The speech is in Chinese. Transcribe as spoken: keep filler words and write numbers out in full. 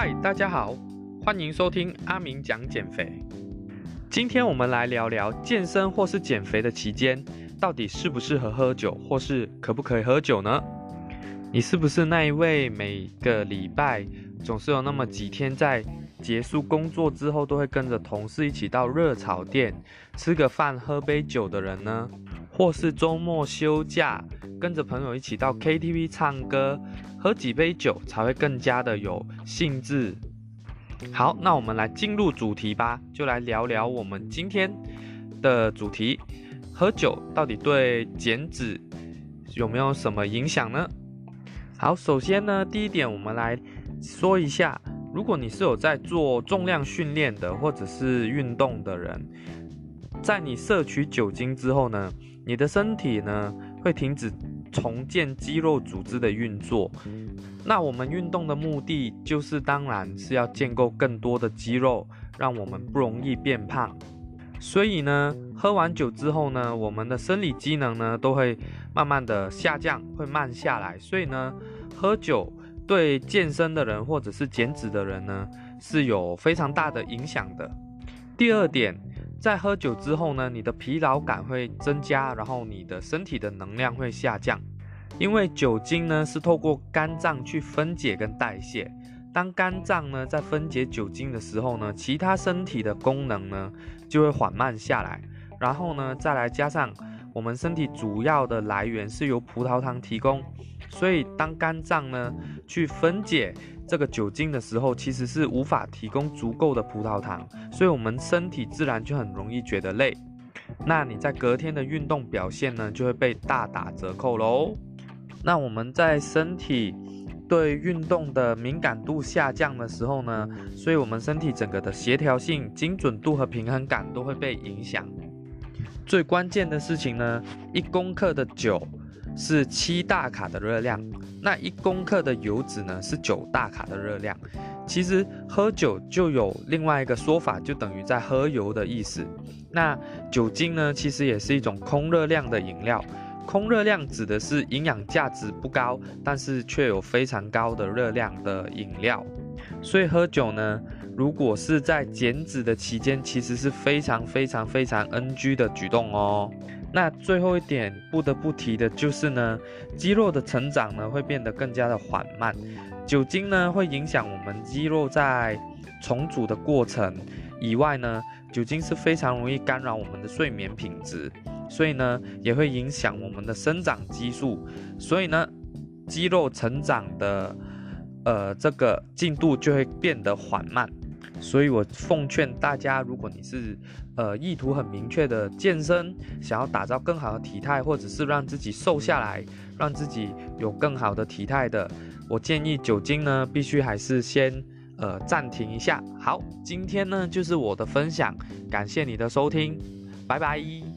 嗨，大家好，欢迎收听阿明讲减肥。今天我们来聊聊健身或是减肥的期间，到底适不适合喝酒，或是可不可以喝酒呢？你是不是那一位每个礼拜总是有那么几天在结束工作之后，都会跟着同事一起到热炒店吃个饭、喝杯酒的人呢？或是周末休假，跟着朋友一起到 K T V 唱歌，喝几杯酒才会更加的有兴致。好，那我们来进入主题吧，就来聊聊我们今天的主题：喝酒到底对减脂有没有什么影响呢？好，首先呢，第一点我们来说一下，如果你是有在做重量训练的或者是运动的人，在你摄取酒精之后呢，你的身体呢会停止重建肌肉组织的运作。那我们运动的目的就是当然是要建构更多的肌肉，让我们不容易变胖。所以呢，喝完酒之后呢，我们的生理机能呢都会慢慢的下降，会慢下来。所以呢，喝酒对健身的人或者是减脂的人呢是有非常大的影响的。第二点，在喝酒之后呢，你的疲劳感会增加，然后你的身体的能量会下降。因为酒精呢是透过肝脏去分解跟代谢，当肝脏呢在分解酒精的时候呢，其他身体的功能呢就会缓慢下来，然后呢再来加上我们身体主要的来源是由葡萄糖提供，所以当肝脏呢去分解这个酒精的时候，其实是无法提供足够的葡萄糖，所以我们身体自然就很容易觉得累。那你在隔天的运动表现呢就会被大打折扣咯。那我们在身体对运动的敏感度下降的时候呢，所以我们身体整个的协调性、精准度和平衡感都会被影响。最关键的事情呢，一公克的酒是七大卡的热量，那一公克的油脂呢是九大卡的热量。其实喝酒就有另外一个说法，就等于在喝油的意思。那酒精呢，其实也是一种空热量的饮料。空热量指的是营养价值不高，但是却有非常高的热量的饮料。所以喝酒呢，如果是在减脂的期间，其实是非常非常非常 N G 的举动哦。那最后一点不得不提的就是呢，肌肉的成长呢会变得更加的缓慢。酒精呢会影响我们肌肉在重组的过程以外呢，酒精是非常容易干扰我们的睡眠品质，所以呢也会影响我们的生长激素，所以呢肌肉成长的呃这个进度就会变得缓慢。所以我奉劝大家，如果你是呃意图很明确的健身，想要打造更好的体态，或者是让自己瘦下来，让自己有更好的体态的，我建议酒精呢必须还是先呃暂停一下。好，今天呢就是我的分享，感谢你的收听，拜拜。